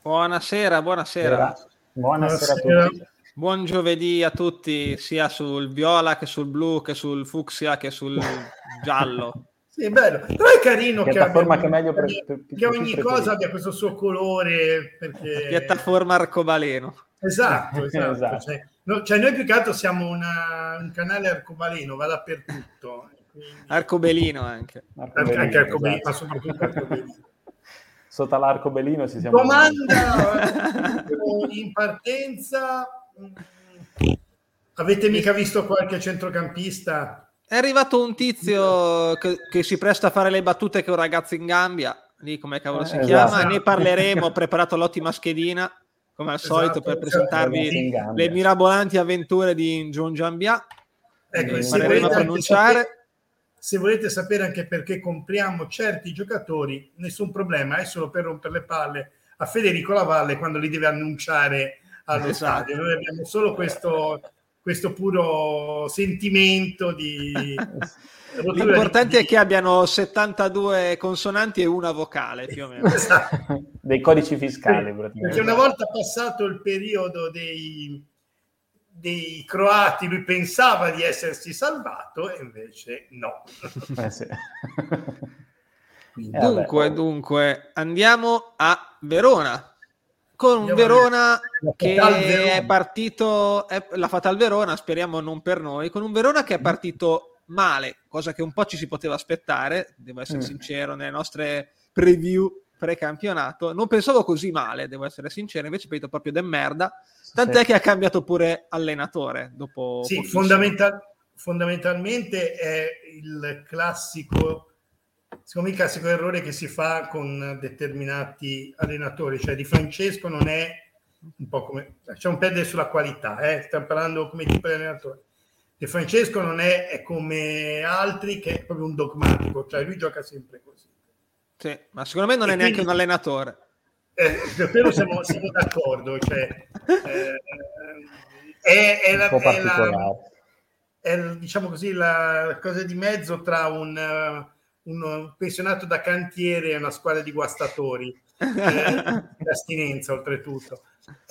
Buonasera. Buonasera a tutti. Buon giovedì a tutti, sia sul viola che sul blu, che sul fucsia, che sul giallo. Sì, è bello. Però è carino piattaforma che, abbia, che meglio che ogni cosa abbia questo suo colore. Perché... La piattaforma arcobaleno. Esatto. Esatto. Cioè, noi più che altro siamo un canale arcobaleno, va dappertutto. Quindi... Arcobelino anche. Anche arcobaleno, esatto. ma soprattutto arcobaleno. Sotto l'arcobelino ci siamo. Domanda in partenza. Avete mica visto qualche centrocampista? È arrivato un tizio che si presta a fare le battute che un ragazzo in Gambia, lì come cavolo si chiama, ne parleremo, ho preparato l'ottima schedina, come al solito, per presentarvi le mirabolanti avventure di John Giambia. Ecco, impareremo a pronunciare. Se volete sapere anche perché compriamo certi giocatori, nessun problema, è solo per rompere le palle a Federico Lavalle quando li deve annunciare allo stadio. Noi abbiamo solo questo puro sentimento di... L'importante è che abbiano 72 consonanti e una vocale, più o meno. Esatto. Dei codici fiscali. Perché una volta passato il periodo dei croati, lui pensava di essersi salvato e invece no. Sì. Dunque, andiamo a Verona. Con un Verona che è partito, la Fatal Verona, speriamo non per noi, con un Verona che è partito male, cosa che un po' ci si poteva aspettare, devo essere sincero, nelle nostre preview pre-campionato. Non pensavo così male, devo essere sincero, invece è partito proprio de merda, tant'è che ha cambiato pure allenatore dopo sì, fondamentalmente è il classico, secondo me il classico errore che si fa con determinati allenatori, cioè Di Francesco non è un po' come, c'è un perdere sulla qualità, stiamo parlando come tipo di allenatore. Di Francesco non è come altri, che è proprio un dogmatico, cioè lui gioca sempre così. Sì, ma secondo me non è neanche un allenatore. Per quello siamo d'accordo, cioè, diciamo così, la cosa di mezzo tra un pensionato da cantiere e una squadra di guastatori, in astinenza oltretutto.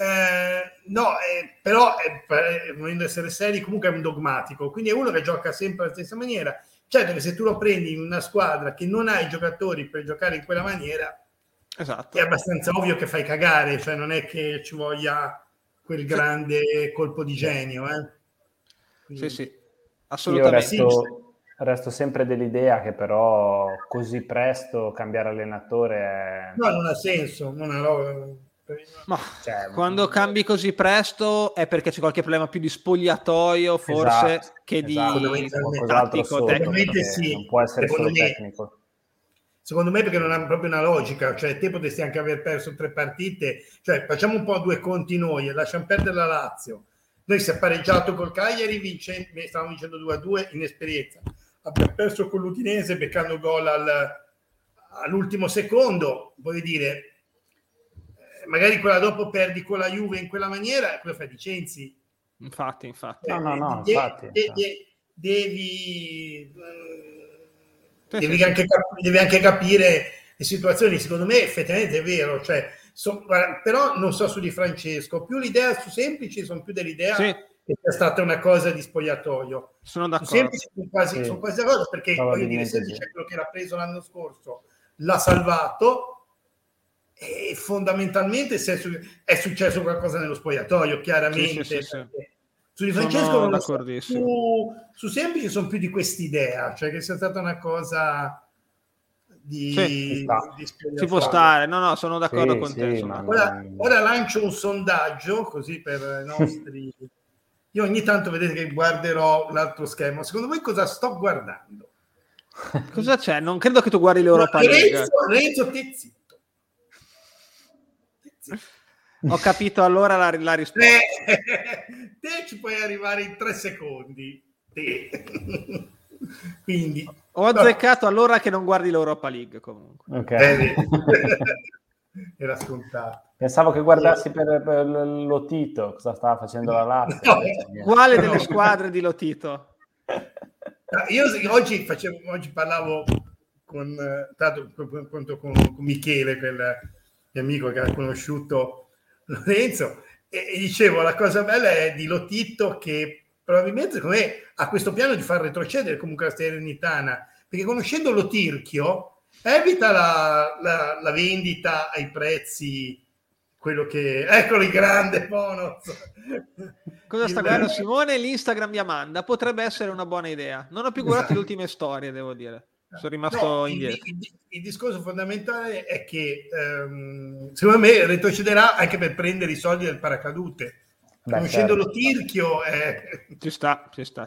Però volendo essere seri, comunque è un dogmatico, quindi è uno che gioca sempre alla stessa maniera. Certo che se tu lo prendi in una squadra che non ha i giocatori per giocare in quella maniera, esatto, è abbastanza ovvio che fai cagare, cioè non è che ci voglia quel grande colpo di genio. Sì, assolutamente. Io resto sempre dell'idea che però così presto cambiare allenatore no, non ha senso, non ha... Ma quando cambi così presto è perché c'è qualche problema più di spogliatoio forse che di tattico, tecnico. Sì, non può essere solo tecnico. Secondo me perché non ha proprio una logica, cioè te potresti anche aver perso 3 partite, cioè facciamo un po' 2 conti noi e lasciamo perdere la Lazio. Noi si è pareggiato col Cagliari, stavamo vincendo 2-2 in esperienza, abbiamo perso con l'Udinese beccando gol all'ultimo secondo, vuol dire magari quella dopo perdi con la Juve in quella maniera, quello fa Vicenzi. Infatti. Infatti. Devi anche capire le situazioni. Secondo me effettivamente è vero, cioè, però non so su Di Francesco, più l'idea su Semplici, sono più dell'idea che sia stata una cosa di spogliatoio. Sono d'accordo. Su Semplici sono quasi d'accordo, perché voglio dire, Semplici è quello che era preso l'anno scorso, l'ha salvato e fondamentalmente è successo qualcosa nello spogliatoio, chiaramente. Sì. Su Di Francesco non lo so, su Semplici sono più di quest'idea, cioè che sia stata una cosa di ci può stare, no, sono d'accordo con te. Ora lancio un sondaggio così per i nostri... Io ogni tanto vedete che guarderò l'altro schermo. Secondo voi cosa sto guardando? Cosa c'è? Non credo che tu guardi l'Europa League. Renzo, te zitto. Ho capito allora la risposta. Te ci puoi arrivare in 3 secondi. Quindi ho azzeccato allora che non guardi l'Europa League comunque. Okay. Era scontato. Pensavo che guardassi per Lotito, cosa stava facendo la Lazio. Quale delle squadre di Lotito? Io oggi parlavo con Michele, mio amico che ha conosciuto Lorenzo, e dicevo, la cosa bella è di Lotito che probabilmente secondo me ha questo piano di far retrocedere comunque la Salernitana, perché conoscendo lo Tirchio evita la vendita ai prezzi, quello che... Eccolo il grande Ponoz! Cosa sta guardando Simone? L'Instagram di Amanda potrebbe essere una buona idea. Non ho più guardato le ultime storie, devo dire. Sono rimasto indietro. Il discorso fondamentale è che secondo me retrocederà anche per prendere i soldi del paracadute. Conoscendo lo Tirchio ci sta.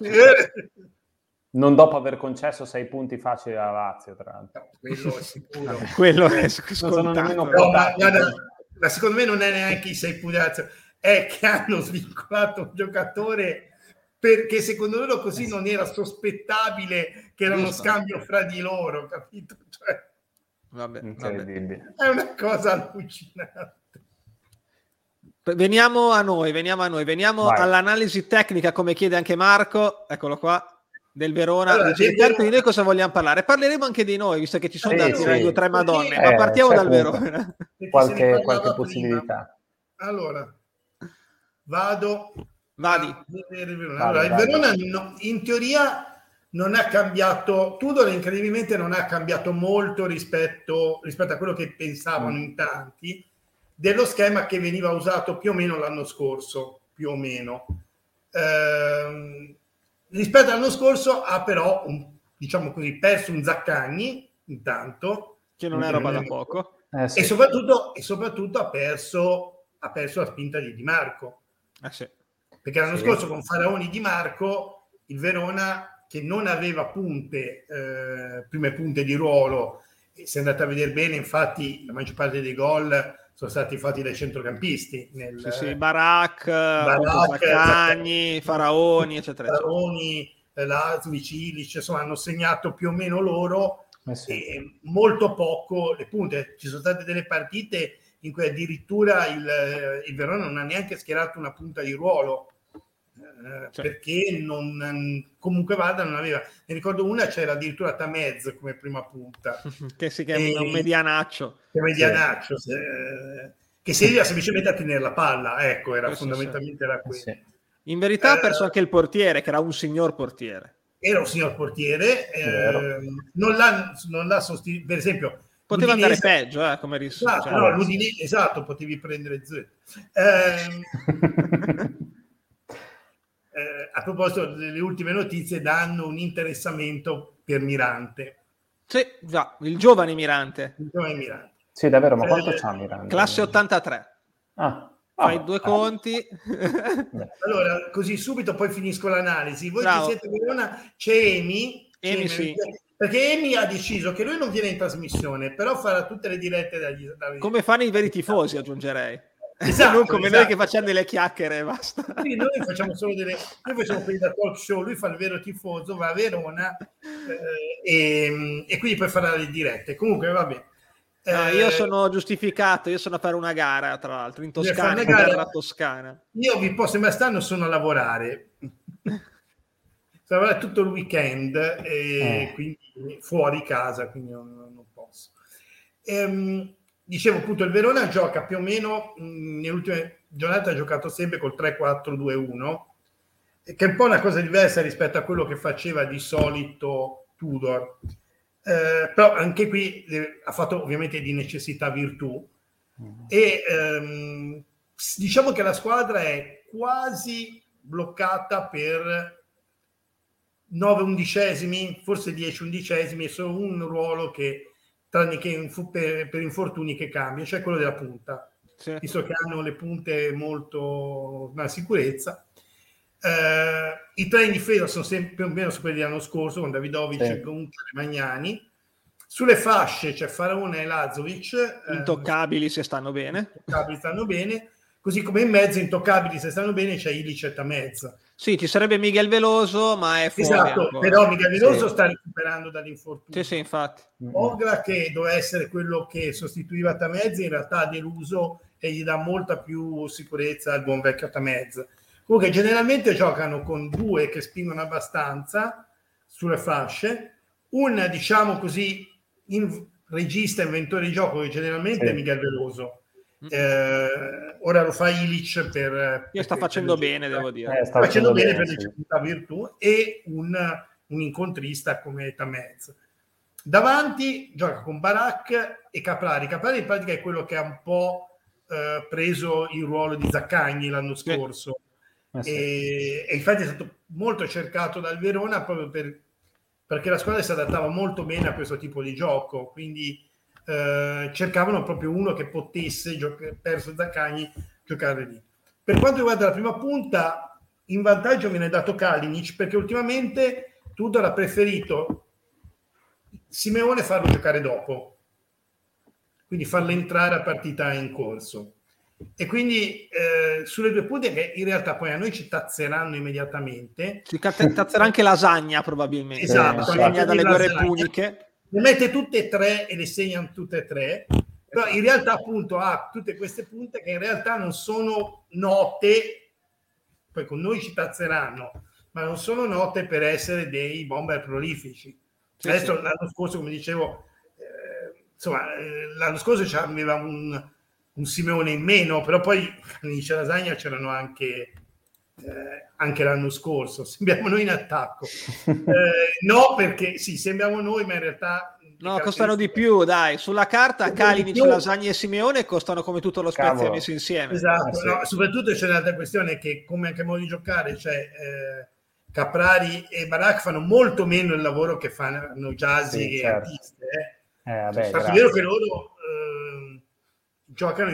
Non dopo aver concesso 6 punti facili alla Lazio, tra l'altro. Quello è sicuro. Quello è scontato. Ma secondo me non è neanche i 6 punti, è che hanno svincolato un giocatore perché secondo loro così non era sospettabile che era uno scambio fra di loro, capito? Cioè, vabbè. È una cosa allucinante. Veniamo a noi. Veniamo all'analisi tecnica, come chiede anche Marco. Eccolo qua. Del Verona. Allora, di noi cosa vogliamo parlare? Parleremo anche di noi, visto che ci sono da tirare 2 o 3 madonne, ma partiamo dal Verona. Qualche possibilità. Allora, vadi. Allora, il Verona in teoria non ha cambiato, Tudor incredibilmente non ha cambiato molto rispetto a quello che pensavano in tanti, dello schema che veniva usato più o meno l'anno scorso, più o meno. Rispetto all'anno scorso ha però, diciamo così, perso un Zaccagni, intanto. Che non è roba da poco. Sì. E soprattutto ha perso la spinta di Di Marco. Sì. Perché l'anno scorso con Faraoni Di Marco, il Verona, che non aveva prime punte di ruolo, e se andate a vedere bene, infatti la maggior parte dei gol sono stati fatti dai centrocampisti. Barak, Zaccagni, Faraoni, eccetera. Faraoni, Lazovic, Ilic, insomma, hanno segnato più o meno loro, e molto poco le punte. Ci sono state delle partite in cui addirittura il Verona non ha neanche schierato una punta di ruolo, perché comunque vada non aveva. Ne ricordo una, c'era addirittura Tamez come prima punta, che si chiama un medianaccio, che serviva semplicemente a tenere la palla, ecco, era fondamentalmente era quello. In verità ha perso anche il portiere, che era un signor portiere. Era un signor portiere, non l'ha sostituito, per esempio. Poteva andare peggio, come risultato. Esatto, potevi prendere Z. A proposito delle ultime notizie, danno un interessamento per Mirante. Sì, già, il giovane Mirante. Sì, davvero, ma quanto c'ha Mirante? Classe 83. Fai 2 conti. Allora, così subito poi finisco l'analisi. Voi che siete a Verona, c'è Emi, sì. Perché Emi ha deciso che lui non viene in trasmissione, però farà tutte le dirette come fanno i veri tifosi, aggiungerei. Esatto, non come noi che facciamo delle chiacchiere e basta. Quindi noi facciamo solo noi facciamo quelli da talk show, lui fa il vero tifoso, va a Verona e quindi poi farà le dirette. Comunque vabbè. Io sono giustificato, io sono a fare una gara, tra l'altro, in Toscana, in Toscana. Io vi posso, ma stanno sono a lavorare. Sarà tutto il weekend, quindi fuori casa, quindi non posso. Dicevo appunto, il Verona gioca più o meno nelle ultime giornate, ha giocato sempre col 3-4-2-1, che è un po' una cosa diversa rispetto a quello che faceva di solito Tudor. Però anche qui ha fatto ovviamente di necessità virtù, e diciamo che la squadra è quasi bloccata per 9 undicesimi, forse 10 undicesimi, è solo un ruolo che, tranne che per infortuni, che cambia, cioè quello della punta, visto che hanno le punte molto una sicurezza. I 3 in difesa sono sempre più o meno su quelli dell'anno scorso, con Davidovic, comunque Magnani. Sulle fasce c'è Faraone e Lazovic, intoccabili se stanno bene. Così come in mezzo, intoccabili se stanno bene, c'è Ilic e Tamez. Sì, ci sarebbe Miguel Veloso, ma è fuori. Esatto, però Miguel Veloso sta recuperando dall'infortunio. Sì, infatti. Ogla, che doveva essere quello che sostituiva Tamez, in realtà ha deluso e gli dà molta più sicurezza al buon vecchio Tamez. Comunque generalmente giocano con 2 che spingono abbastanza sulle fasce, una, diciamo così, regista, inventore di gioco, che generalmente è Miguel Veloso. Ora lo fa Ilic sta facendo bene, devo dire. Sta facendo bene per la virtù, e un incontrista come Tamez. Davanti gioca con Barak e Caprari. Caprari in pratica è quello che ha un po' preso il ruolo di Zaccagni l'anno scorso. E infatti è stato molto cercato dal Verona proprio perché la squadra si adattava molto bene a questo tipo di gioco, quindi cercavano proprio uno che potesse, perso Zaccagni, giocare lì. Per quanto riguarda la prima punta, in vantaggio viene dato Kalinic, perché ultimamente Tudor ha preferito Simeone farlo giocare dopo, quindi farlo entrare a partita in corso. E quindi sulle due punte, che in realtà poi a noi ci tazzeranno immediatamente, ci tazzerà anche lasagna probabilmente, lasagna dalle guerre puniche, le mette tutte e tre e le segnano tutte e tre, però in realtà appunto ha tutte queste punte che in realtà non sono note, poi con noi ci tazzeranno, ma non sono note per essere dei bomber prolifici. Adesso l'anno scorso, come dicevo, l'anno scorso aveva un Simeone in meno, però poi in Lasagna c'erano anche l'anno scorso. Sembriamo noi in attacco. No, perché sì, sembriamo noi, ma in realtà no, costano di più, dai. Sulla carta Kalinic, Lasagna e Simeone costano come tutto lo Spezia messo insieme. Esatto, no, soprattutto c'è un'altra questione, che come anche modo di giocare, cioè Caprari e Barak fanno molto meno il lavoro che fanno Gyasi e Artiste. È vero che loro giocano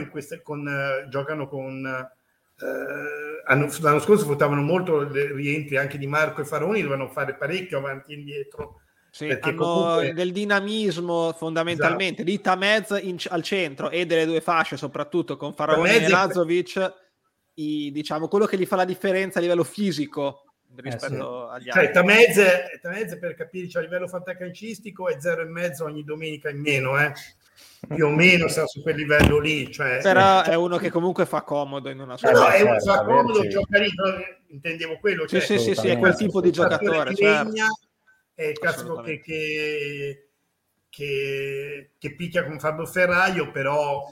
l'anno scorso sfruttavano molto i rientri anche di Marco e Faroni, dovevano fare parecchio avanti e indietro. Hanno comunque del dinamismo fondamentalmente, di Tamez al centro e delle due fasce, soprattutto con Faraoni e Lazovic, diciamo quello che gli fa la differenza a livello fisico rispetto agli altri. Tamez, per capirci, a livello fantacalcistico è 0,5 ogni domenica in meno, più o meno sta su quel livello lì, però è uno che comunque fa comodo in una squadra. Fa comodo, gioca lì, intendevo quello, sì, è quel tipo di giocatore, è il classico che picchia con Fabio Ferraio, però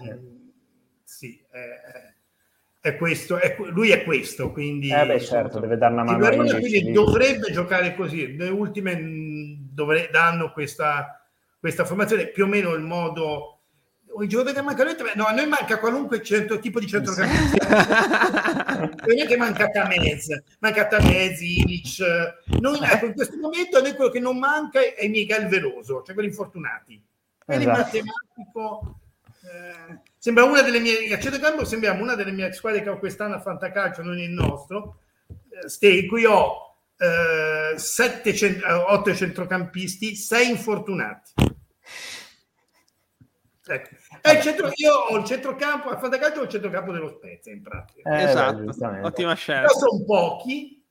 è questo, lui è questo, quindi certo, deve dare una mano a quindi dovrebbe giocare così. Le ultime danno questa formazione, più o meno il modo. Il giocatore che manca a noi manca qualunque tipo di centrocampista. Non è che manca Tamez, Ilic. Ecco, in questo momento a noi quello che non manca è Miguel Veloso, cioè quelli infortunati. Il matematico sembra una delle mie, a centrocampo sembriamo una delle mie squadre che ho quest'anno a Fantacalcio, non il nostro, in cui ho 8 centrocampisti, 6 infortunati. Ecco. Io ho il centrocampo, a Fantacalcio ho il centrocampo dello Spezia in pratica. Esatto, ottima scelta. Però sono pochi.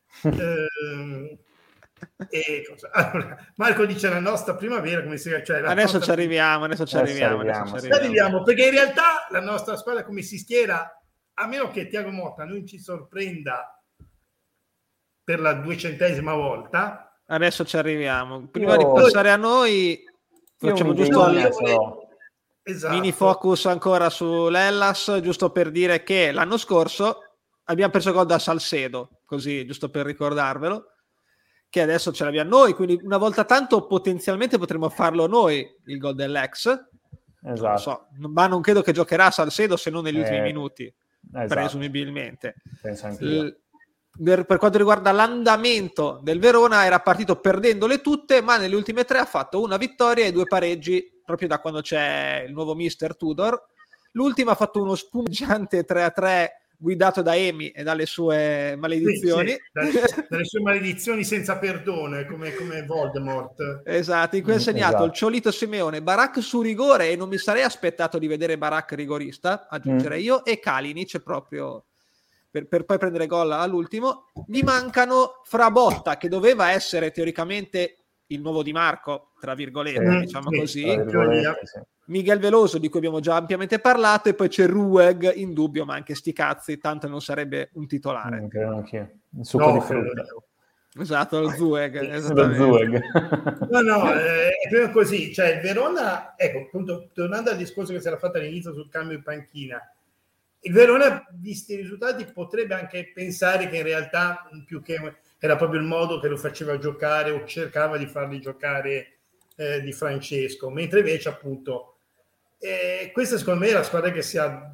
Allora, Marco dice la nostra primavera, come si dice, adesso ci arriviamo, perché in realtà la nostra squadra come si schiera, a meno che Thiago Motta non ci sorprenda per la 200ª volta. Adesso ci arriviamo. Prima di passare a noi facciamo giusto mini focus ancora sull'Hellas, giusto per dire che l'anno scorso abbiamo preso gol da Salcedo, così giusto per ricordarvelo, che adesso ce l'abbiamo noi, quindi una volta tanto potenzialmente potremmo farlo noi il gol dell'ex, ma non credo che giocherà Salcedo se non negli ultimi minuti, presumibilmente. Penso anch'io. Per quanto riguarda l'andamento del Verona, era partito perdendole tutte, ma nelle ultime 3 ha fatto una vittoria e 2 pareggi proprio da quando c'è il nuovo mister Tudor. L'ultima ha fatto uno spumeggiante 3-3 guidato da Emi e dalle sue maledizioni. Dalle sue maledizioni senza perdono, come Voldemort. Esatto, in cui ha segnato il Ciolito Simeone, Barak su rigore, e non mi sarei aspettato di vedere Barak rigorista, aggiungerei io, e Kalinic proprio per poi prendere gol all'ultimo. Gli mancano Frabotta, che doveva essere teoricamente il nuovo Di Marco, tra virgolette, diciamo così, Miguel Veloso, di cui abbiamo già ampiamente parlato, e poi c'è Rueg in dubbio, ma anche sti cazzi, tanto non sarebbe un titolare. Credo anch'io. Il succo di frutta. Esatto, lo Zueg. Lo Zueg. No, è proprio così. Cioè, il Verona, ecco, appunto, tornando al discorso che si era fatto all'inizio sul cambio in panchina, il Verona, visti i risultati, potrebbe anche pensare che in realtà più che era proprio il modo che lo faceva giocare o cercava di farli giocare Di Francesco, mentre invece appunto questa secondo me è la squadra che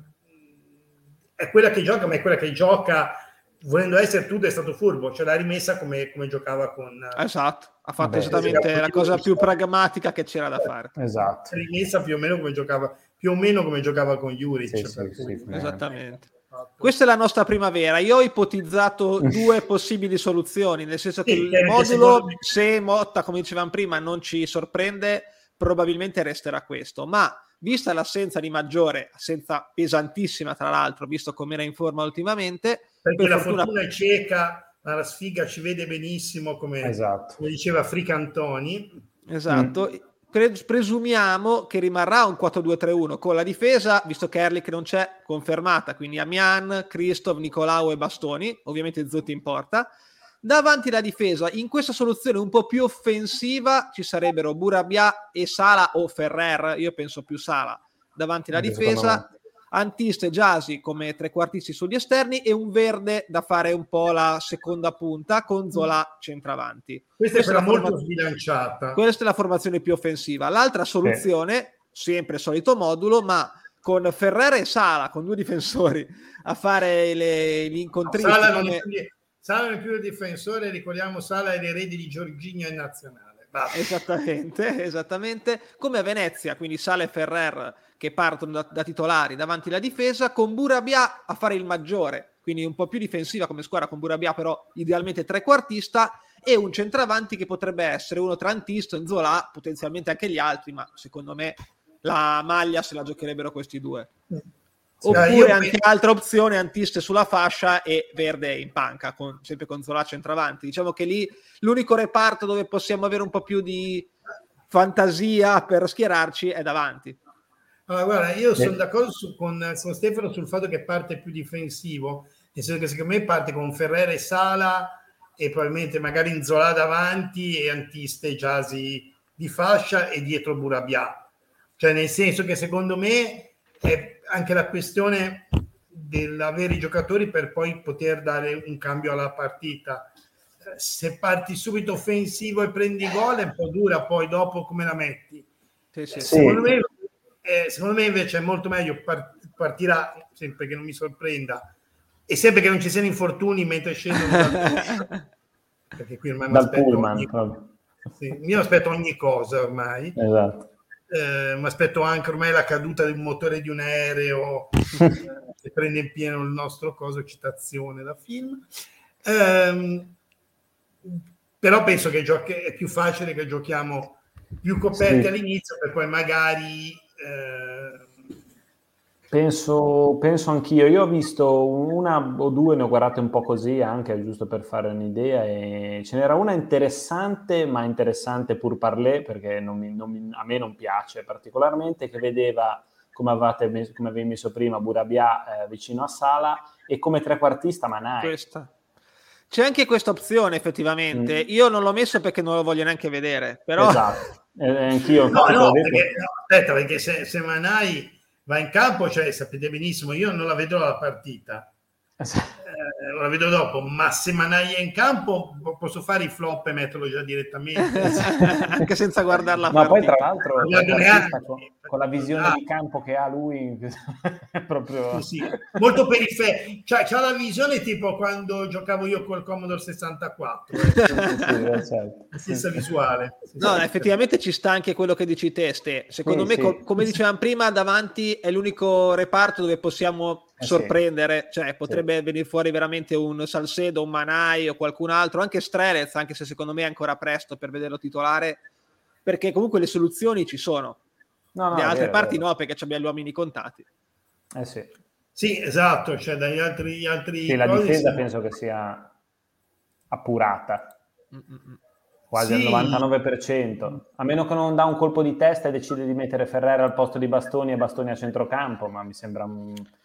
è quella che gioca, ma è quella che gioca volendo essere tutto, è stato furbo, cioè l'ha rimessa come giocava con... Esatto, ha fatto esattamente la cosa più pragmatica che c'era da fare. Esatto. Rimessa più o meno come giocava con Juric. Sì, esattamente. Questa è la nostra primavera. Io ho ipotizzato due possibili soluzioni, nel senso che il modulo, se Motta, come dicevamo prima, non ci sorprende, probabilmente resterà questo, ma vista l'assenza di Maggiore, assenza pesantissima tra l'altro, visto come era in forma ultimamente, perché la fortuna è cieca, ma la sfiga ci vede benissimo, come diceva Fricantoni. Esatto. Presumiamo che rimarrà un 4-2-3-1 con la difesa, visto che Erlich non c'è, confermata, quindi Amian, Christoph, Nicolau e Bastoni, ovviamente Zotti in porta. Davanti la difesa, in questa soluzione un po' più offensiva ci sarebbero Burabia e Sala o Ferrer, io penso più Sala, davanti la difesa, Antiste e Gyasi come trequartisti sugli esterni e un Verde da fare un po' la seconda punta con Zola centravanti. Questa è molto sbilanciata. Questa è la formazione più offensiva. L'altra soluzione, sempre solito modulo, ma con Ferrer e Sala, con due difensori, a fare gli incontrini. Sala non è più il difensore, ricordiamo Sala è l'erede di Jorginho in nazionale. Esattamente, come a Venezia, quindi Sala e Ferrer che partono da titolari davanti alla difesa, con Burabia a fare il maggiore, quindi un po' più difensiva come squadra con Burabia, però idealmente trequartista, e un centravanti che potrebbe essere uno tra Antisto, Nzola, potenzialmente anche gli altri, ma secondo me la maglia se la giocherebbero questi due. Oppure anche altra opzione, Antiste sulla fascia e Verde in panca, sempre con Zola centravanti. Diciamo che lì l'unico reparto dove possiamo avere un po' più di fantasia per schierarci è davanti. Allora, guarda, io sono d'accordo con Stefano sul fatto che parte più difensivo, nel senso che secondo me parte con Ferrer e Sala e probabilmente magari Nzola davanti e Antiste e Gyasi di fascia e dietro Burabia. Cioè nel senso che secondo me è anche la questione dell'avere i giocatori per poi poter dare un cambio alla partita. Se parti subito offensivo e prendi gol è un po' dura, poi dopo come la metti? Secondo me invece è molto meglio partirà, sempre che non mi sorprenda e sempre che non ci siano infortuni mentre scendono perché qui ormai io aspetto ogni cosa ormai. Esatto. Mi aspetto anche ormai la caduta del motore di un aereo che prende in pieno il nostro citazione da film, però penso che è più facile che giochiamo più coperti all'inizio per poi magari penso anch'io. Io ho visto una o due, ne ho guardate un po' così anche giusto per fare un'idea, e ce n'era una interessante, ma interessante pur parlé, perché a me non piace particolarmente, che vedeva come avevi messo prima Burabia vicino a Sala e come trequartista Manai. C'è anche questa opzione effettivamente. Io non l'ho messo perché non lo voglio neanche vedere, però esatto. Anch'io perché se Manai va in campo, cioè sapete benissimo, io non la vedrò la partita, la vedo dopo, ma se Manai è in campo posso fare i flop e metterlo già direttamente anche senza guardarla. Ma poi tra l'altro con la visione di campo che ha lui è proprio molto periferico, cioè c'ha la visione tipo quando giocavo io col Commodore 64 stessa visuale. Effettivamente ci sta anche quello che dici te, Ste. Secondo me come dicevamo prima, davanti è l'unico reparto dove possiamo sorprendere, cioè potrebbe venire fuori veramente un Salcedo, un Manai o qualcun altro, anche Strelez, anche se secondo me è ancora presto per vederlo titolare, perché comunque le soluzioni ci sono. Le altre parti no, perché abbiamo gli uomini contati. Sì, esatto, cioè dagli altri la difesa penso che sia appurata quasi al 99%, a meno che non dà un colpo di testa e decide di mettere Ferrer al posto di Bastoni e Bastoni a centrocampo, ma mi sembra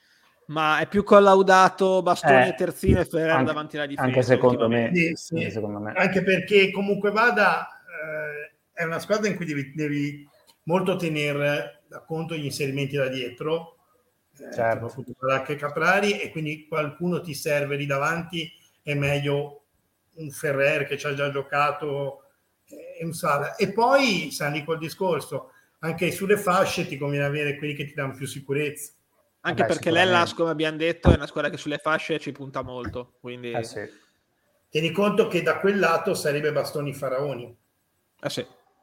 Ma è più collaudato Bastoni e terzino e Ferrer davanti alla difesa. Anche secondo me. Sì. Anche secondo me. Anche perché comunque vada, è una squadra in cui devi molto tenere da conto gli inserimenti da dietro, certo. Che Caprari, e quindi qualcuno ti serve lì davanti, è meglio un Ferrer che ci ha già giocato e un Sala. E poi sali col discorso, anche sulle fasce ti conviene avere quelli che ti danno più sicurezza. Anche perché l'Hellas, come abbiamo detto, è una squadra che sulle fasce ci punta molto. Quindi sì. Tieni conto che da quel lato sarebbe Bastoni Faraoni. Sì.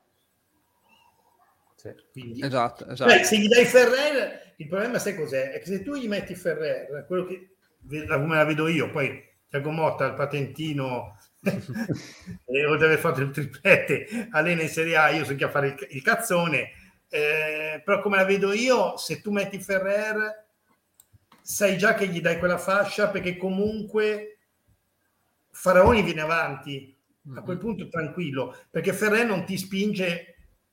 Quindi, esatto. Se gli dai Ferrer, il problema sai cos'è? È che se tu gli metti Ferrer, quello che come la vedo io, poi Thiago Motta, il patentino, e oltre ad aver fatto il triplete, allena in Serie A, io so che a fare il cazzone, però come la vedo io, se tu metti Ferrer sai già che gli dai quella fascia, perché comunque Faraoni viene avanti, a quel punto tranquillo, perché Ferrer non ti spinge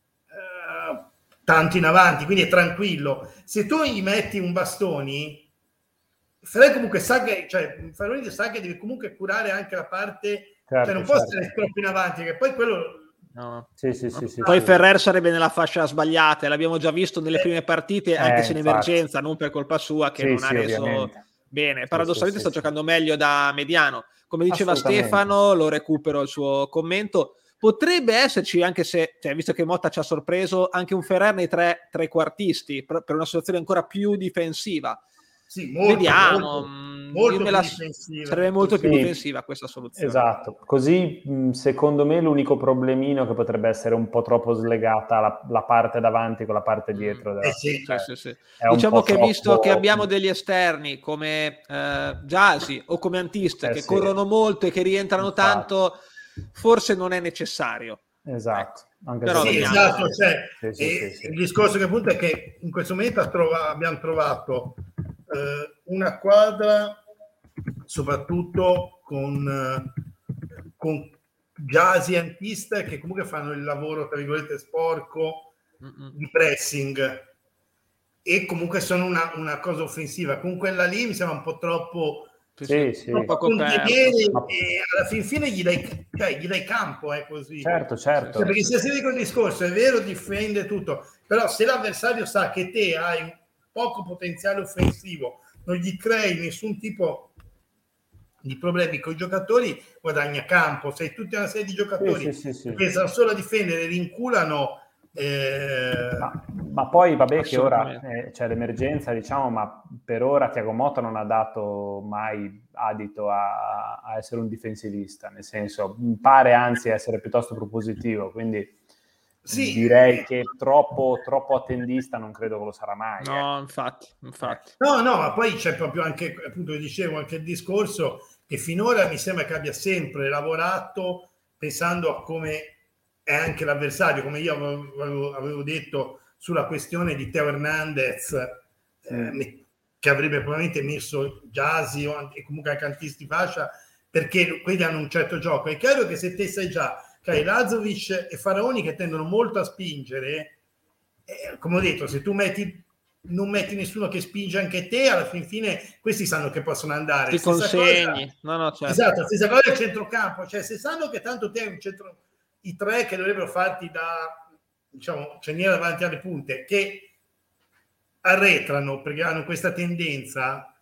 tanto in avanti, quindi è tranquillo. Se tu gli metti un Bastoni, Ferrer comunque sa che, Faraoni sa che deve comunque curare anche la parte, non può essere troppo in avanti, che poi quello... No. Sì. Poi Ferrer sarebbe nella fascia sbagliata, l'abbiamo già visto nelle prime partite, anche se in emergenza, non per colpa sua, che non ha reso bene. Paradossalmente sta giocando meglio da mediano. Come diceva Stefano, lo recupero il suo commento, potrebbe esserci, anche se, visto che Motta ci ha sorpreso, anche un Ferrer nei tre trequartisti, per una situazione ancora più difensiva. Sì, vediamo, molto più difensiva. Sarebbe molto più difensiva questa soluzione. Esatto, così secondo me l'unico problemino che potrebbe essere un po' troppo slegata la parte davanti con la parte dietro. Sì. Diciamo che visto che abbiamo degli esterni come Gyasi o come Antist che corrono molto e che rientrano tanto, forse non è necessario. Esatto. Anche però il discorso che appunto è che in questo momento abbiamo trovato una quadra soprattutto con Gyasi e Antista che comunque fanno il lavoro tra virgolette sporco di pressing e comunque sono una cosa offensiva. Con quella lì mi sembra un po' troppo e alla fine gli dai campo, è così. Certo. Perché se si dice il discorso, è vero, difende tutto, però se l'avversario sa che te hai poco potenziale offensivo, non gli crei nessun tipo di problemi con i giocatori, guadagna campo. Se hai tutta una serie di giocatori che pensano solo a difendere, rinculano. Ma poi vabbè che ora c'è l'emergenza, diciamo, ma per ora Thiago Motta non ha dato mai adito a essere un difensivista, nel senso pare anzi essere piuttosto propositivo, quindi direi che troppo attendista non credo che lo sarà mai. No, infatti. No, ma poi c'è proprio anche, appunto dicevo, anche il discorso che finora mi sembra che abbia sempre lavorato pensando a come è anche l'avversario, come io avevo detto sulla questione di Teo Hernandez, che avrebbe probabilmente messo Gyasi e comunque anche Antisti fascia, perché quelli hanno un certo gioco. È chiaro che se te sai già che hai Lazovic e Faraoni che tendono molto a spingere, come ho detto, se tu non metti nessuno che spinge anche te, alla fine questi sanno che possono andare. Ti consegni. Certo. Esatto, stessa cosa il centrocampo, se sanno che tanto te hai un centro, i tre che dovrebbero farti da, ceniera davanti alle punte, che arretrano perché hanno questa tendenza.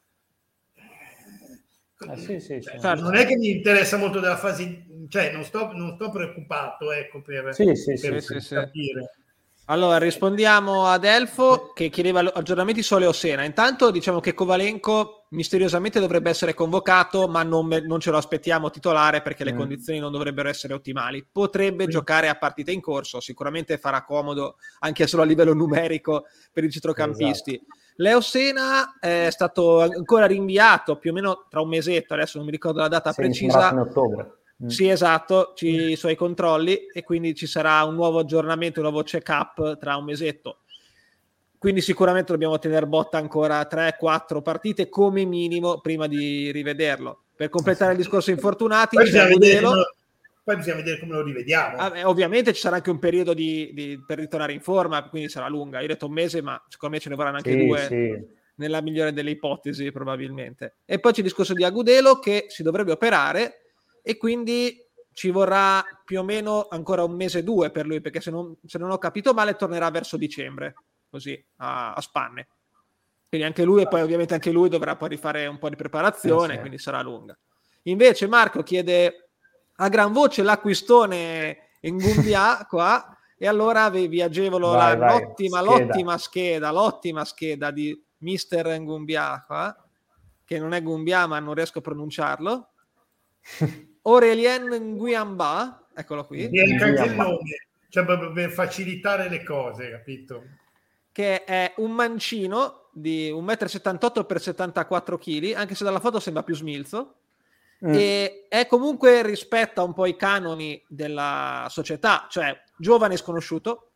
Non è che mi interessa molto della fase, non sto preoccupato, per capire. Allora, rispondiamo ad Elfo che chiedeva aggiornamenti su Leo Sena. Intanto diciamo che Kovalenko misteriosamente dovrebbe essere convocato, ma non ce lo aspettiamo titolare perché le condizioni non dovrebbero essere ottimali. Potrebbe giocare a partita in corso, sicuramente farà comodo anche solo a livello numerico per i centrocampisti. Esatto. Leo Sena è stato ancora rinviato più o meno tra un mesetto, adesso non mi ricordo la data precisa. In ottobre. Sì, esatto, i suoi controlli e quindi ci sarà un nuovo aggiornamento, un nuovo check-up tra un mesetto. Quindi sicuramente dobbiamo tenere botta ancora 3-4 partite come minimo prima di rivederlo. Per completare il discorso infortunati, poi bisogna vedere come lo rivediamo. Ovviamente ci sarà anche un periodo per ritornare in forma, quindi sarà lunga. Io ho detto un mese, ma secondo me ce ne vorranno anche 2. Sì. nella migliore delle ipotesi probabilmente. E poi c'è il discorso di Agudelo che si dovrebbe operare e quindi ci vorrà più o meno ancora 1 mese 2 per lui, perché se non ho capito male tornerà verso dicembre, così a spanne. Quindi anche lui, e poi ovviamente anche lui dovrà poi rifare un po' di preparazione, quindi sarà lunga. Invece Marco chiede a gran voce l'acquistone Ngumbia qua, e allora vi agevolo l'ottima scheda di Mister Ngumbia qua, che non è Ngumbia ma non riesco a pronunciarlo. Aurelien Nguiamba, eccolo qui. Anche il nome, cioè proprio per facilitare le cose, capito? Che è un mancino di 1,78 m x 74 kg, anche se dalla foto sembra più smilzo. E è comunque rispetta un po' i canoni della società, cioè giovane sconosciuto,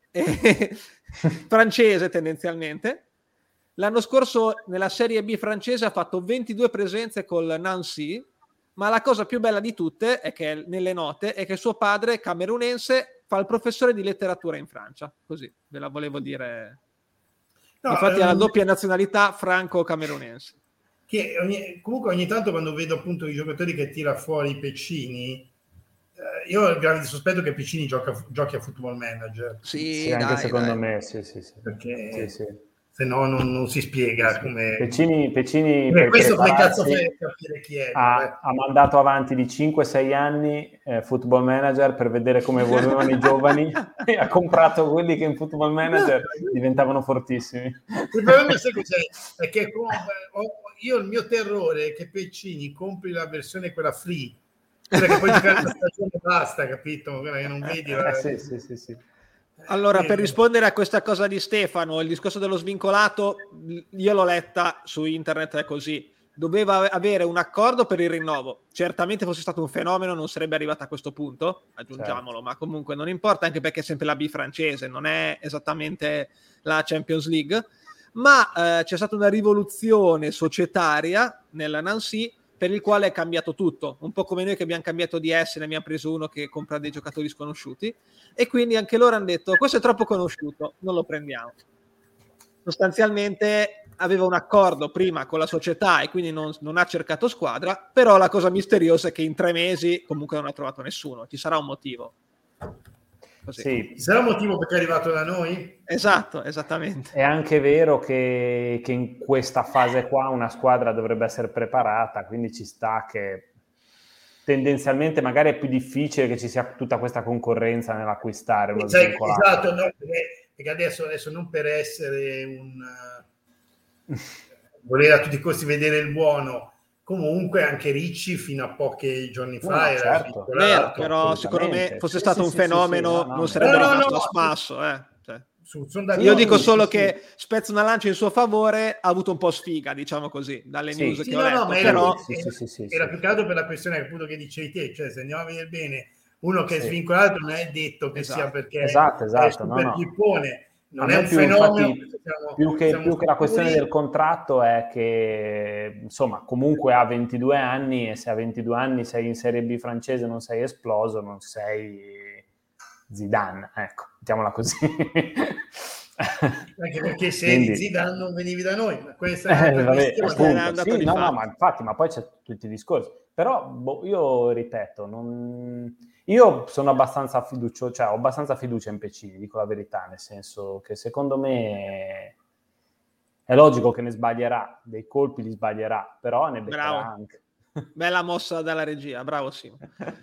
francese tendenzialmente. L'anno scorso nella Serie B francese ha fatto 22 presenze col Nancy, ma la cosa più bella di tutte è che nelle note è che suo padre, camerunense, fa il professore di letteratura in Francia. Così ve la volevo dire. No, infatti ha la doppia nazionalità franco-camerunense. Che comunque ogni tanto quando vedo appunto i giocatori che tira fuori i Piccini, io ho il grande sospetto che Piccini giochi a Football Manager. Sì, anche dai, secondo me sì. Perché se no non si spiega come... Piccini per questo come cazzo fai capire chi è. Ha mandato avanti di 5-6 anni Football Manager per vedere come evolvevano i giovani e ha comprato quelli che in Football Manager diventavano fortissimi. Il problema sai cos'è? È che io il mio terrore è che Piccini compri la versione quella free, perché poi giocare la stagione basta, capito? Che non vedi sì. Allora, per rispondere a questa cosa di Stefano, il discorso dello svincolato, io l'ho letta su internet, è così. Doveva avere un accordo per il rinnovo. Certamente fosse stato un fenomeno, non sarebbe arrivato a questo punto, aggiungiamolo, ma comunque non importa, anche perché è sempre la B francese, non è esattamente la Champions League. Ma c'è stata una rivoluzione societaria nella Nancy per il quale è cambiato tutto, un po' come noi che abbiamo cambiato DS, ne abbiamo preso uno che compra dei giocatori sconosciuti, e quindi anche loro hanno detto questo è troppo conosciuto, non lo prendiamo. Sostanzialmente aveva un accordo prima con la società e quindi non ha cercato squadra, però la cosa misteriosa è che in 3 mesi comunque non ha trovato nessuno, ci sarà un motivo. Così. Sì. Sarà un motivo perché è arrivato da noi? Esatto, esattamente. È anche vero che in questa fase qua una squadra dovrebbe essere preparata, quindi ci sta che tendenzialmente magari è più difficile che ci sia tutta questa concorrenza nell'acquistare uno svincolato. Esatto, no, perché adesso non per essere voler a tutti i costi vedere il buono, comunque anche Ricci fino a pochi giorni fa era certo. Vero, però secondo me fosse stato un fenomeno non sarebbe rimasto a spasso. Io dico solo che spezzo una lancia in suo favore, ha avuto un po' sfiga, diciamo così, dalle news che ho letto. Ma era più che altro per la questione appunto che dicevi te, cioè se andiamo a vedere bene, uno che è svincolato non è detto che sia perché è super pippone. Non è un fenomeno, più che la questione del contratto è che insomma comunque ha 22 anni e se a 22 anni sei in Serie B francese non sei esploso, non sei Zidane, ecco, mettiamola così. Anche perché se eri Zidane non venivi da noi, ma questa è una questione. Ma infatti, ma poi c'è tutti i discorsi. Però io ripeto, io sono abbastanza fiducioso, cioè ho abbastanza fiducia in Piccini, dico la verità, nel senso che secondo me è logico che ne sbaglierà, dei colpi li sbaglierà, però ne beccherà anche. Bella mossa dalla regia, bravo Simo.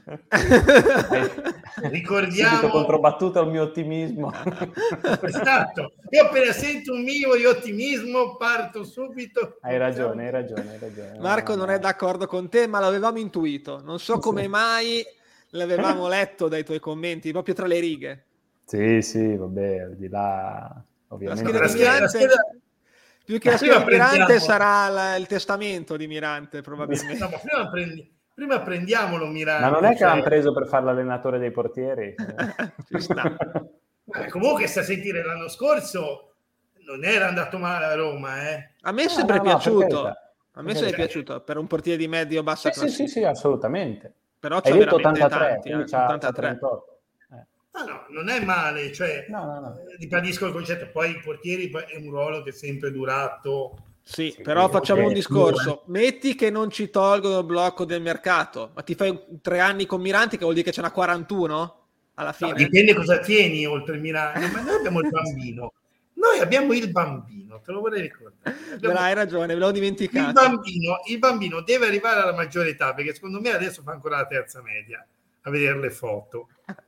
Ricordiamo subito controbattuto al mio ottimismo. Esatto, io appena sento un minimo di ottimismo parto subito. Hai ragione. Marco non è d'accordo con te, ma l'avevamo intuito, non so come mai l'avevamo letto dai tuoi commenti, proprio tra le righe. Sì, vabbè, al di là ovviamente. La scheda più che la scheda di Mirante sarà il testamento di Mirante probabilmente. No, ma prima prendiamolo Mirante. Ma non è che l'hanno preso per fare l'allenatore dei portieri? Ci sta. Comunque sta a sentire l'anno scorso non era andato male a Roma, A me è sempre piaciuto. A me è sempre piaciuto per un portiere di medio bassa classifica. Sì, assolutamente. Però c'è veramente 83, tanti, c'ha 38. No, non è male, cioè no. ribadisco il concetto, poi i portieri è un ruolo che è sempre durato Sì, però facciamo un discorso. Metti che non ci tolgono il blocco del mercato, ma ti fai 3 anni con Miranti, che vuol dire che c'è una 41 alla fine? No, dipende cosa tieni oltre il Miranti. Ma noi abbiamo il bambino. Noi abbiamo il bambino, te lo vorrei ricordare. Hai ragione, ve l'ho dimenticato. Il bambino deve arrivare alla maggiore età, perché secondo me adesso fa ancora la terza media a vedere le foto.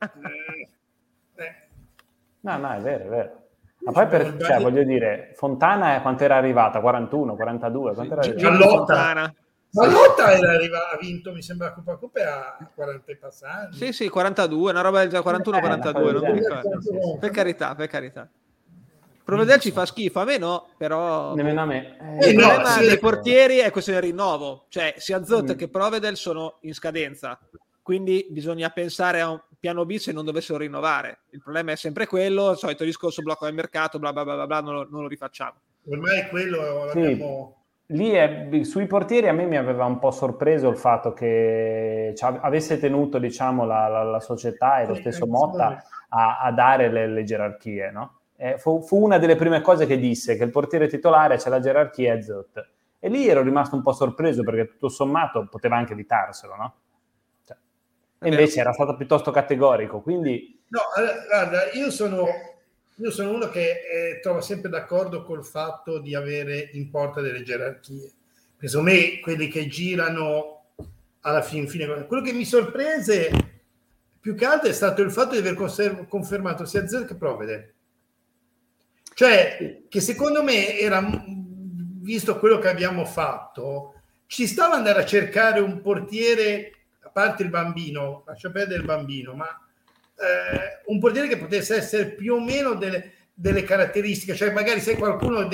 No, è vero. Ma poi voglio dire, Fontana quanto era arrivata? 41, 42? Quanto era Pallotta ha vinto, mi sembra, Coppa a 40 e passati. Sì, 42, una roba del 41-42, non mi ricordo. Per carità. Provedel ci fa schifo, a me no, però nemmeno a me. Il problema dei portieri è questione di rinnovo, cioè sia Zot che Provedel sono in scadenza, quindi bisogna pensare a un piano B se non dovessero rinnovare. Il problema è sempre quello, il solito discorso blocco del mercato, bla bla bla bla, non lo rifacciamo. Ormai quello l'abbiamo... Lì sui portieri a me mi aveva un po' sorpreso il fatto che avesse tenuto, diciamo, la società e lo stesso Motta a dare le gerarchie, no? Fu una delle prime cose che disse, che il portiere titolare c'è la gerarchia e Zot. E lì ero rimasto un po' sorpreso perché tutto sommato poteva anche evitarselo, no? E invece era stato piuttosto categorico, quindi... No, guarda, io sono uno che trova sempre d'accordo col fatto di avere in porta delle gerarchie. Secondo me quelli che girano alla fine, quello che mi sorprese più che altro è stato il fatto di aver confermato sia Zot che Provedel. Cioè, che secondo me era, visto quello che abbiamo fatto, ci stava andare a cercare un portiere, a parte il bambino, lascia perdere il bambino, ma un portiere che potesse essere più o meno delle caratteristiche, cioè magari se qualcuno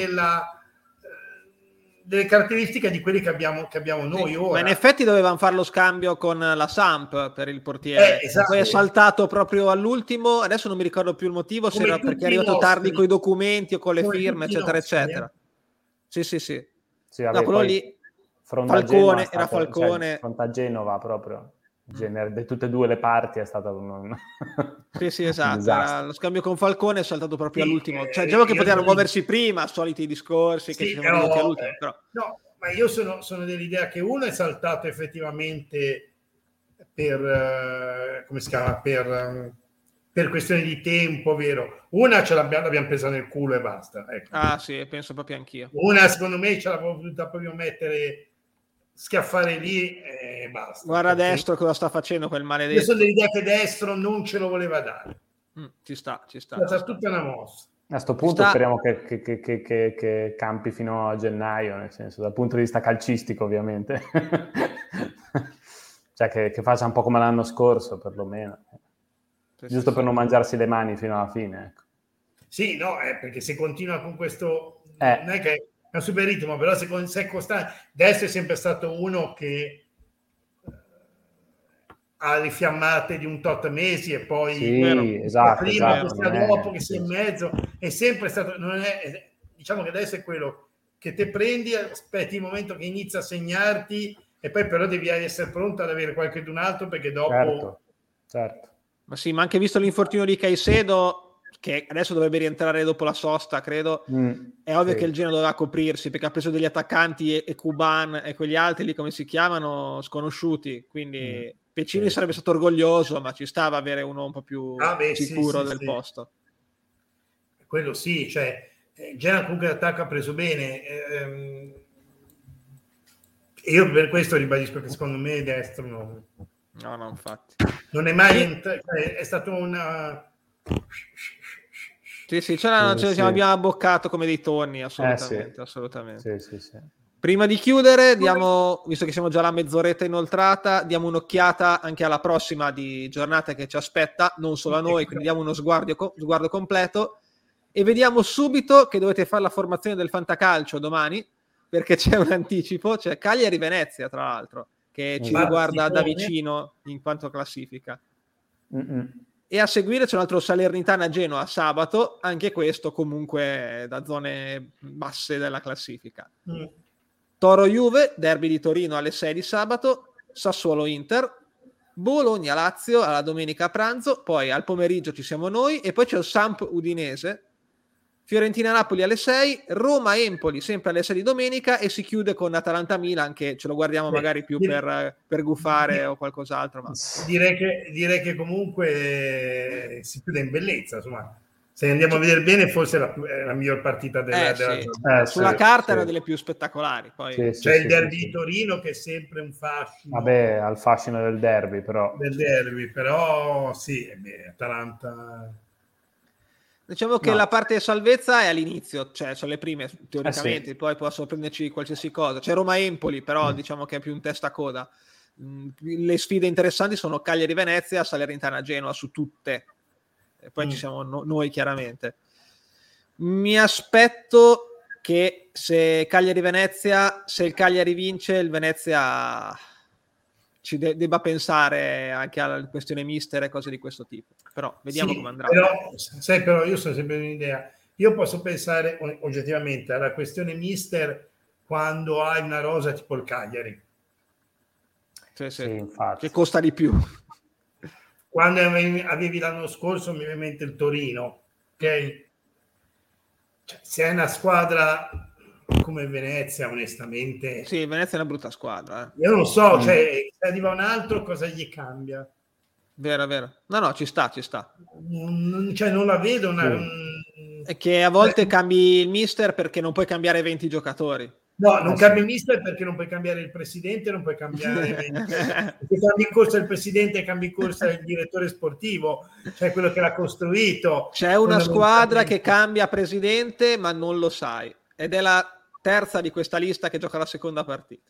delle caratteristiche di quelli che abbiamo noi ora. Ma in effetti dovevano fare lo scambio con la Samp per il portiere, esatto. Poi è saltato proprio all'ultimo, adesso non mi ricordo più il motivo, se era perché è arrivato tardi con i documenti o con le firme, eccetera, eccetera. Sì, no, quello lì Falcone, era Falcone. Cioè, fronte a Genova proprio. Di tutte e due le parti è stato un sì, esatto. Lo scambio con Falcone è saltato proprio all'ultimo, cioè diciamo che potevano muoversi prima, soliti discorsi che ci siamo venuti all'ultimo, però. No, ma io sono dell'idea che uno è saltato effettivamente per come si chiama, per questioni di tempo, vero? Una ce l'abbiamo presa nel culo e basta, ecco. Sì, penso proprio anch'io. Una secondo me ce l'avevo voluta proprio mettere, schiaffare lì e basta. Guarda Destro cosa sta facendo quel maledetto. Io sono dell'idea che Destro non ce lo voleva dare. Ci sta. È stata tutta una mossa. A sto punto speriamo che campi fino a gennaio, nel senso, dal punto di vista calcistico ovviamente. Cioè che faccia un po' come l'anno scorso perlomeno. Giusto per non mangiarsi le mani fino alla fine, ecco. Sì, no, perché se continua con questo non è che è un super ritmo, però se è costante. Adesso è sempre stato uno che ha rifiammate di un tot mesi e poi esatto, prima, dopo, che sia in mezzo, è sempre stato, diciamo che adesso è quello che te prendi, aspetti il momento che inizia a segnarti e poi però devi essere pronto ad avere qualcun altro perché dopo... Certo. Ma sì, ma anche visto l'infortunio di Caicedo, che adesso dovrebbe rientrare dopo la sosta, credo, è ovvio che il Genoa doveva coprirsi, perché ha preso degli attaccanti e Cuban e quegli altri lì, come si chiamano, sconosciuti, quindi Pecini sarebbe stato orgoglioso, ma ci stava avere uno un po' più sicuro del posto. Quello sì, cioè Genoa comunque l'attacco ha preso bene, e io per questo ribadisco che secondo me Destro no, infatti non è mai è stato una... Sì, abbiamo abboccato come dei tonni, assolutamente. Sì. Prima di chiudere, visto che siamo già alla mezz'oretta inoltrata, diamo un'occhiata anche alla prossima di giornata che ci aspetta, non solo a noi, quindi diamo uno sguardo completo e vediamo subito che dovete fare la formazione del Fantacalcio domani, perché c'è un anticipo, c'è Cagliari-Venezia, tra l'altro, che ci riguarda da vicino in quanto classifica. E a seguire c'è un altro Salernitana-Genoa sabato, anche questo comunque da zone basse della classifica. Toro-Juve, derby di Torino alle 6 di sabato, Sassuolo-Inter, Bologna-Lazio alla domenica a pranzo, poi al pomeriggio ci siamo noi e poi c'è il Samp-Udinese Fiorentina-Napoli alle 6, Roma-Empoli sempre alle 6 di domenica, e si chiude con Atalanta-Milan, che ce lo guardiamo magari più per gufare o qualcos'altro. Ma... Direi che comunque si chiude in bellezza, insomma. Se andiamo a vedere bene, forse è la miglior partita della sulla carta era delle più spettacolari. Poi c'è il derby di Torino, che è sempre un fascino. Vabbè, al fascino del derby, però sì, Atalanta. Diciamo che la parte salvezza è all'inizio, cioè sono le prime teoricamente, poi possono prenderci qualsiasi cosa. C'è Roma-Empoli, però diciamo che è più un testa coda. Le sfide interessanti sono Cagliari-Venezia, Salernitana-Genoa su tutte. E poi ci siamo noi chiaramente. Mi aspetto che se Cagliari-Venezia, se il Cagliari vince, il Venezia ci debba pensare anche alla questione mister e cose di questo tipo. Però vediamo come andrà. Però io sono sempre un'idea. Io posso pensare oggettivamente alla questione mister quando hai una rosa tipo il Cagliari. Sì, infatti. Che costa di più. Quando avevi l'anno scorso, mi viene in mente il Torino, ok? Cioè, se è una squadra come Venezia, onestamente... Sì, Venezia è una brutta squadra. Io non so, cioè, se arriva un altro, cosa gli cambia? Vero. No, ci sta. Non la vedo. È che a volte cambi il mister perché non puoi cambiare 20 giocatori. No, non cambi il mister perché non puoi cambiare il presidente, non puoi cambiare se cambi in corsa il presidente, cambi in corsa il direttore sportivo, cioè quello che l'ha costruito. C'è una squadra che cambia presidente ma non lo sai, ed è la terza di questa lista che gioca la seconda partita.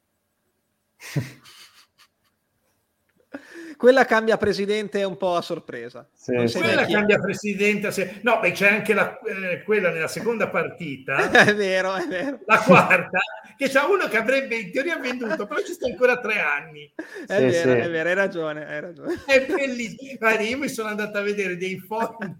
Quella cambia presidente un po' a sorpresa. Quella cambia presidente. No, beh, c'è anche quella nella seconda partita. È vero. La quarta, che c'è uno che avrebbe in teoria venduto, però ci sta ancora 3 anni. È vero, hai ragione. È bellissimo. Guarda, io mi sono andato a vedere dei forum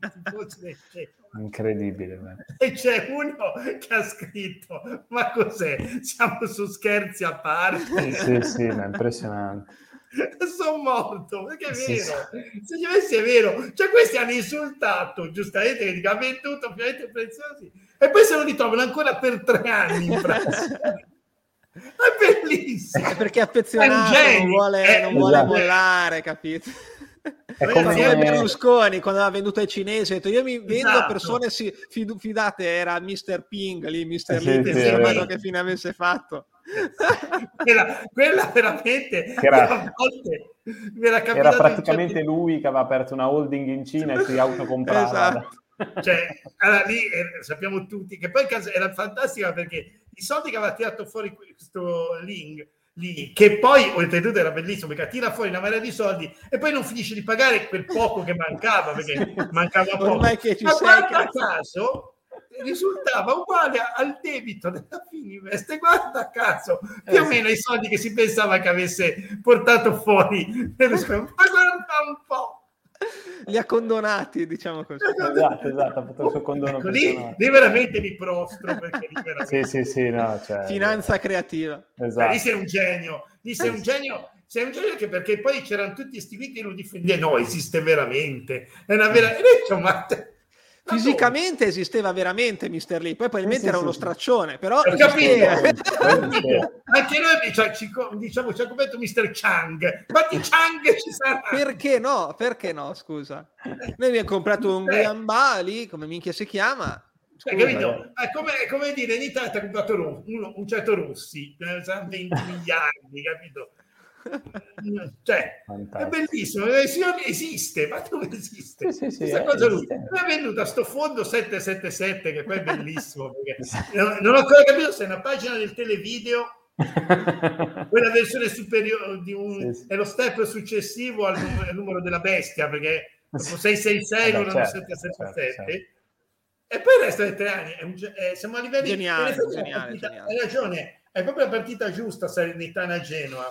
incredibile. E c'è uno che ha scritto: ma cos'è? Siamo su Scherzi a parte? Sì, ma è impressionante. Sono morto, perché è vero. Se gli avessi è vero, cioè questi hanno insultato giustamente che ha venduto ovviamente preziosi e poi se lo ritrovano ancora per 3 anni in pratica. È bellissimo. È perché è affezionato, non vuole mollare, capito? È come Berlusconi quando aveva venduto ai cinesi, ha detto io mi vendo a persone fidate, era Mr. Ping lì, Mr. Lee, non so che fine avesse fatto. quella veramente era praticamente lui che aveva aperto una holding in Cina e si autocomprava. Esatto. Cioè, allora, lì sappiamo tutti che poi era fantastica perché i soldi che aveva tirato fuori questo link lì, che poi oltretutto era bellissimo perché tira fuori una marea di soldi e poi non finisce di pagare quel poco che mancava perché mancava poco. Ormai che ci ma sei, guarda caso risultava uguale al debito della Fininvest e guarda caso più o meno i soldi che si pensava che avesse portato fuori, ma guarda un po'. Li ha condonati, diciamo così. Esatto, ha fatto il suo condono. Ecco, lì veramente mi prostro perché lì veramente... sì, no, cioè, finanza creativa. Esatto. Lì sei un genio, sei un genio che perché poi c'erano tutti questi qui che lo difendevano. No, esiste veramente, è una vera... Fisicamente esisteva veramente Mr. Lee, poi probabilmente era uno straccione, però ho capito. Anche noi diciamo ci ha coperto Mr. Chang. Quanti Chang ci sarà? Perché no, scusa. Noi abbiamo comprato un Gamba lì, come minchia si chiama. Capito? È come dire in Italia ha comprato un certo Rossi, 20 miliardi, capito? Cioè, è bellissimo, esiste, ma dove esiste? Questa cosa lui è venuta a sto fondo 777 che poi è bellissimo perché non ho ancora capito se è una pagina del televideo, quella versione superiore è lo step successivo al numero della bestia perché dopo 666 non 777 e poi il resto dei 3 anni siamo a livelli geniale. Hai ragione. È proprio la partita giusta Salernitana-Genoa.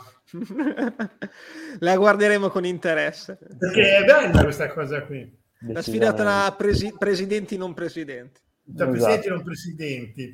La guarderemo con interesse. Perché è bella questa cosa qui. La sfida tra presidenti non presidenti. Tra presidenti non presidenti.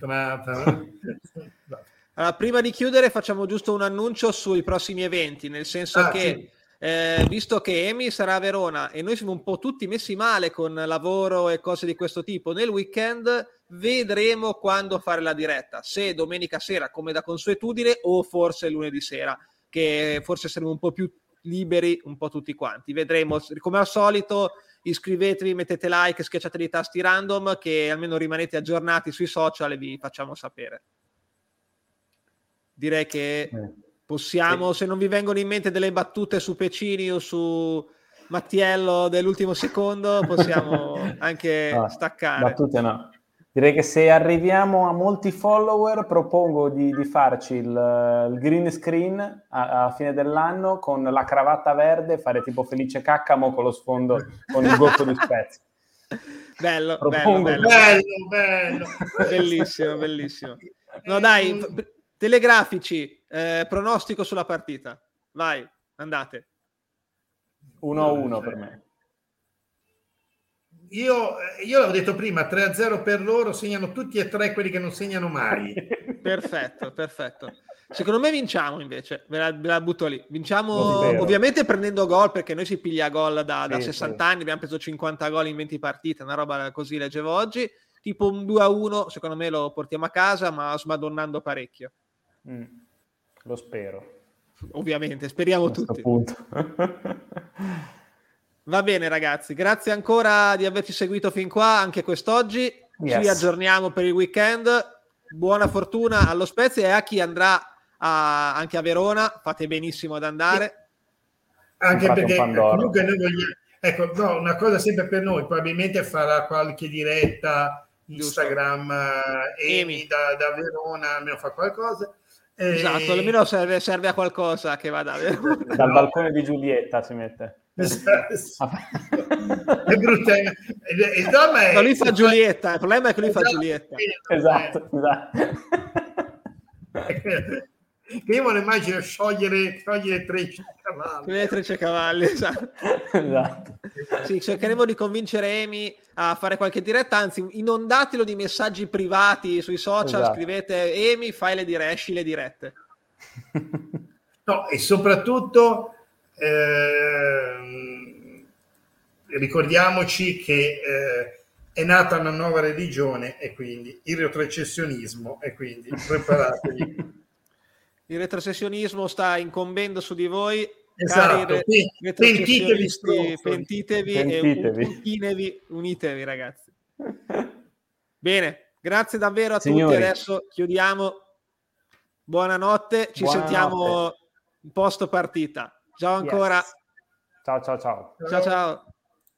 Allora, prima di chiudere facciamo giusto un annuncio sui prossimi eventi, nel senso che visto che Emi sarà a Verona e noi siamo un po' tutti messi male con lavoro e cose di questo tipo, nel weekend vedremo quando fare la diretta, se domenica sera come da consuetudine o forse lunedì sera, che forse saremo un po' più liberi un po' tutti quanti, vedremo. Come al solito iscrivetevi, mettete like, schiacciate i tasti random, che almeno rimanete aggiornati sui social e vi facciamo sapere. Direi che possiamo, se non vi vengono in mente delle battute su Pecini o su Mattiello dell'ultimo secondo, possiamo anche staccare. Battute no. Direi che se arriviamo a molti follower propongo di farci il green screen a fine dell'anno con la cravatta verde, fare tipo Felice Caccamo con lo sfondo con il gocco di Spezia. Bello. Bellissimo. No dai, telegrafici, pronostico sulla partita. Vai, andate. 1-1 per me. Io l'avevo detto prima, 3-0 per loro, segnano tutti e tre quelli che non segnano mai. Perfetto. Secondo me vinciamo invece, ve la butto lì. Vinciamo ovviamente prendendo gol, perché noi si piglia gol da 60 anni, abbiamo preso 50 gol in 20 partite, una roba così leggevo oggi, tipo un 2-1, secondo me lo portiamo a casa, ma smadonnando parecchio. Lo spero. Ovviamente, speriamo tutti. Va bene ragazzi, grazie ancora di averci seguito fin qua anche quest'oggi. Ci aggiorniamo per il weekend. Buona fortuna allo Spezia e a chi andrà anche a Verona, fate benissimo ad andare. Anche perché comunque noi vogliamo, una cosa sempre per noi, probabilmente farà qualche diretta Instagram Emi da Verona, almeno fa qualcosa. Esatto, almeno serve a qualcosa che vada a Verona. Dal balcone di Giulietta si mette. È brutta. No, lui fa Giulietta, il problema è che lui fa Giulietta. Esatto. Che io me lo immagino sciogliere Trecce-cavalli, esatto. Sì, cercheremo di convincere Emi a fare qualche diretta, anzi inondatelo di messaggi privati sui social, scrivete Emi, esci le dirette. No, e soprattutto ricordiamoci che è nata una nuova religione e quindi il retrocessionismo, e quindi preparatevi. Il retrocessionismo sta incombendo su di voi. Esatto, pentitevi e unitevi ragazzi. Bene, grazie davvero a tutti. Adesso chiudiamo. Buonanotte, ci sentiamo post partita. Ciao ancora. Ciao. Ciao.